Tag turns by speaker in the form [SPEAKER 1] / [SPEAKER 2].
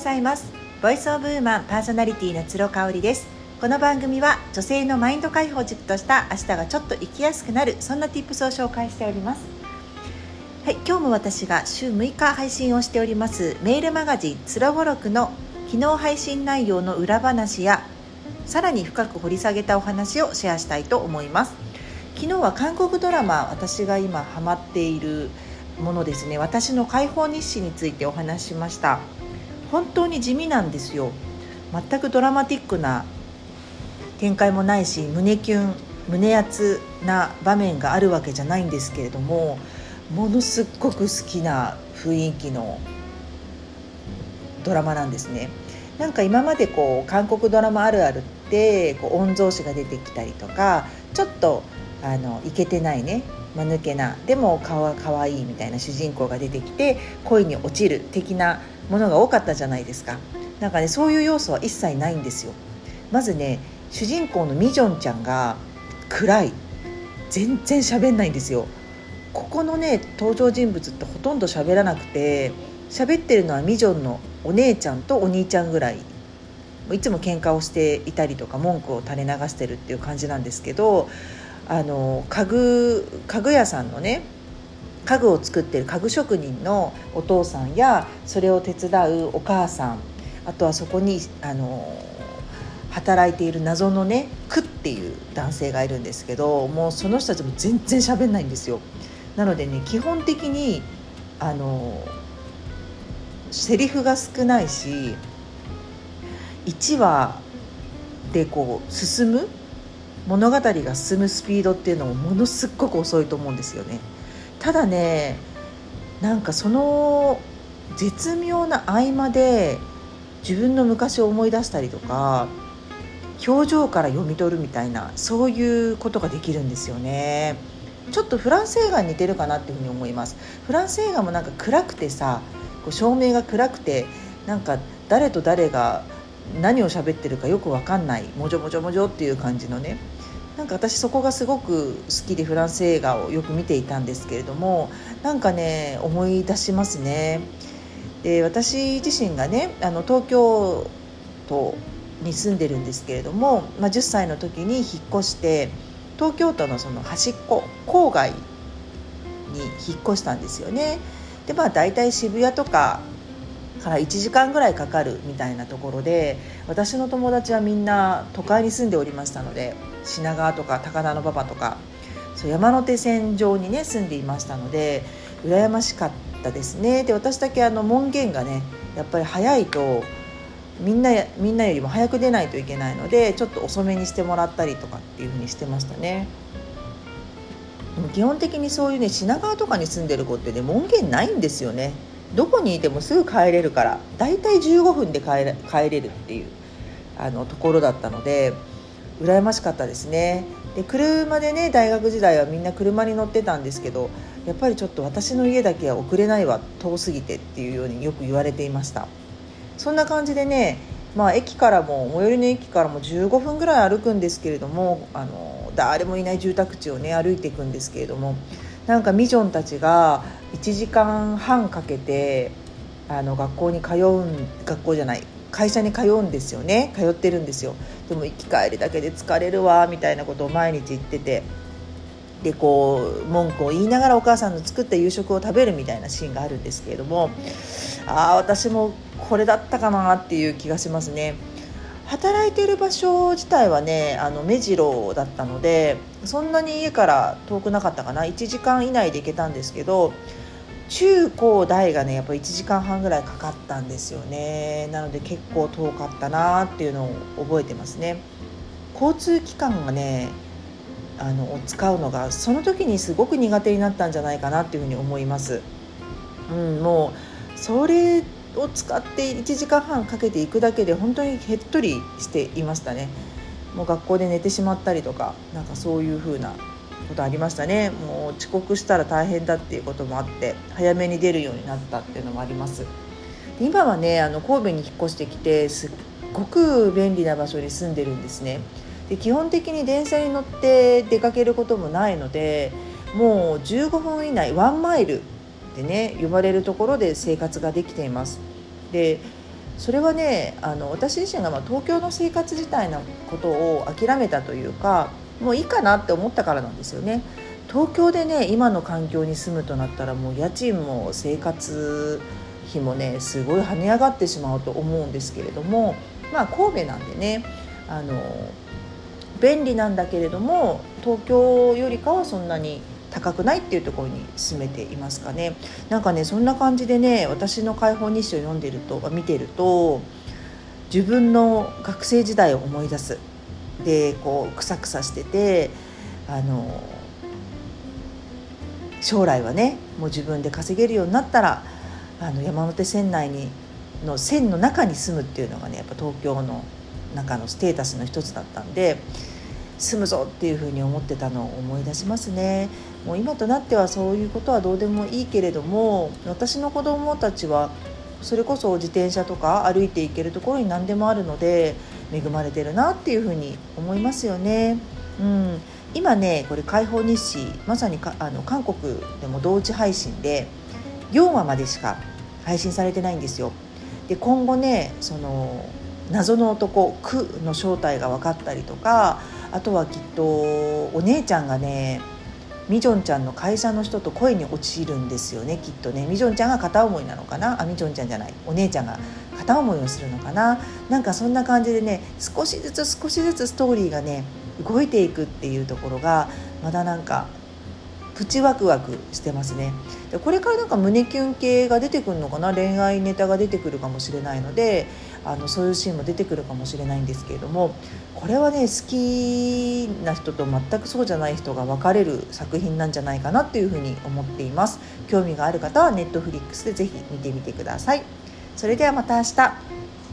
[SPEAKER 1] ざいます。ボイスオブウーマンパーソナリティのつろかおりです。この番組は女性のマインド解放を軸とした明日がちょっと生きやすくなる、そんな Tips を紹介しております。はい、今日も私が週6日配信をしておりますメールマガジンつろごろくの昨日配信内容の裏話やさらに深く掘り下げたお話をシェアしたいと思います。昨日は韓国ドラマ、私が今ハマっているものですね、私の解放日誌についてお話ししました。本当に地味なんですよ。全くドラマティックな展開もないし、胸キュン胸熱な場面があるわけじゃないんですけれども、ものすっごく好きな雰囲気のドラマなんですね。なんか今まで韓国ドラマあるあるって御曹司が出てきたりとか、ちょっとイケてないね、間抜けなでもかわいいみたいな主人公が出てきて恋に落ちる的なものが多かったじゃないですか。なんかね、そういう要素は一切ないんですよ。まずね、主人公のミジョンちゃんが暗い、全然喋んないんですよ。ここのね、登場人物ってほとんど喋らなくて、喋ってるのはミジョンのお姉ちゃんとお兄ちゃんぐらい、いつも喧嘩をしていたりとか文句を垂れ流してるっていう感じなんですけど、家具屋さんのね、家具を作ってる家具職人のお父さんや、それを手伝うお母さん、あとはそこに働いている謎のね、クっていう男性がいるんですけど、もうその人たちも全然喋んないんですよ。なのでね、基本的にセリフが少ないし、1話で進む物語が進むスピードっていうのもものすっごく遅いと思うんですよね。ただね、なんかその絶妙な合間で自分の昔を思い出したりとか、表情から読み取るみたいな、そういうことができるんですよね。ちょっとフランス映画に似てるかなっていうふうに思います。フランス映画もなんか暗くてさ、照明が暗くて、なんか誰と誰が何を喋ってるかよく分かんない、もじょもじょもじょっていう感じのね、なんか私そこがすごく好きでフランス映画をよく見ていたんですけれども、なんかね、思い出しますね。で、私自身がね、東京都に住んでるんですけれども、10歳の時に引っ越して、東京都のその端っこ郊外に引っ越したんですよね。で、だいたい渋谷とかから1時間ぐらいかかるみたいなところで、私の友達はみんな都会に住んでおりましたので、品川とか高田馬場とか、そう山手線上にね住んでいましたので、羨ましかったですね。で、私だけ門限がね、やっぱり早いとみんなよりも早く出ないといけないので、ちょっと遅めにしてもらったりとかっていう風にしてましたね。でも基本的にそういうね、品川とかに住んでる子ってね、門限ないんですよね。どこにいてもすぐ帰れるから、だいたい15分で帰れるっていうところだったので、羨ましかったですね。で、車でね、大学時代はみんな車に乗ってたんですけど、やっぱりちょっと私の家だけは遅れないわ、遠すぎてっていうようによく言われていました。そんな感じでね、駅からも、最寄りの駅からも15分ぐらい歩くんですけれども、誰もいない住宅地をね歩いていくんですけれども、なんかミジョンたちが1時間半かけて会社に通うんですよね。通ってるんですよ。でも行き帰りだけで疲れるわみたいなことを毎日言ってて、で文句を言いながらお母さんの作った夕食を食べるみたいなシーンがあるんですけれども、私もこれだったかなっていう気がしますね。働いている場所自体はね、目白だったので、そんなに家から遠くなかったかな。1時間以内で行けたんですけど、中高大がね、やっぱり1時間半ぐらいかかったんですよね。なので結構遠かったなっていうのを覚えてますね。交通機関がね、を使うのがその時にすごく苦手になったんじゃないかなっていうふうに思います。もうそれを使って1時間半かけていくだけで本当にへっとりしていましたね。もう学校で寝てしまったりとか、なんかそういう風なことありましたね。もう遅刻したら大変だっていうこともあって、早めに出るようになったっていうのもあります。で、今はね、神戸に引っ越してきて、すっごく便利な場所に住んでるんですね。で、基本的に電車に乗って出かけることもないので、もう15分以内、ワンマイルでね呼ばれるところで生活ができています。で、 それはね私自身が東京の生活自体のことを諦めたというか、もういいかなって思ったからなんですよね。東京でね今の環境に住むとなったらもう家賃も生活費もねすごい跳ね上がってしまうと思うんですけれども、神戸なんでね便利なんだけれども東京よりかはそんなに高くないっていうところに住めていますかね。なんかねそんな感じでね、私の解放日誌を読んでると見てると自分の学生時代を思い出す。でこうクサクサしてて将来はねもう自分で稼げるようになったら山手線内の線の中に住むっていうのがねやっぱ東京の中のステータスの一つだったんで、住むぞっていうふうに思ってたのを思い出しますね。もう今となってはそういうことはどうでもいいけれども、私の子供たちはそれこそ自転車とか歩いて行けるところに何でもあるので恵まれてるなっていうふうに思いますよね。今ねこれ解放日誌まさに韓国でも同時配信で4話までしか配信されてないんですよ。で今後ねその謎の男クの正体が分かったりとか、あとはきっとお姉ちゃんがねミジョンちゃんの会社の人と恋に落ちるんですよね。きっとねミジョンちゃんが片思いなのかな、ミジョンちゃんじゃない、お姉ちゃんが片思いをするのかな、なんかそんな感じでね少しずつストーリーがね動いていくっていうところがまだなんかプチワクワクしてますね。でこれからなんか胸キュン系が出てくるのかな、恋愛ネタが出てくるかもしれないのでそういうシーンも出てくるかもしれないんですけれども、これはね好きな人と全くそうじゃない人が分かれる作品なんじゃないかなっていうふうに思っています。興味がある方はネットフリックスでぜひ見てみてください。それではまた明日。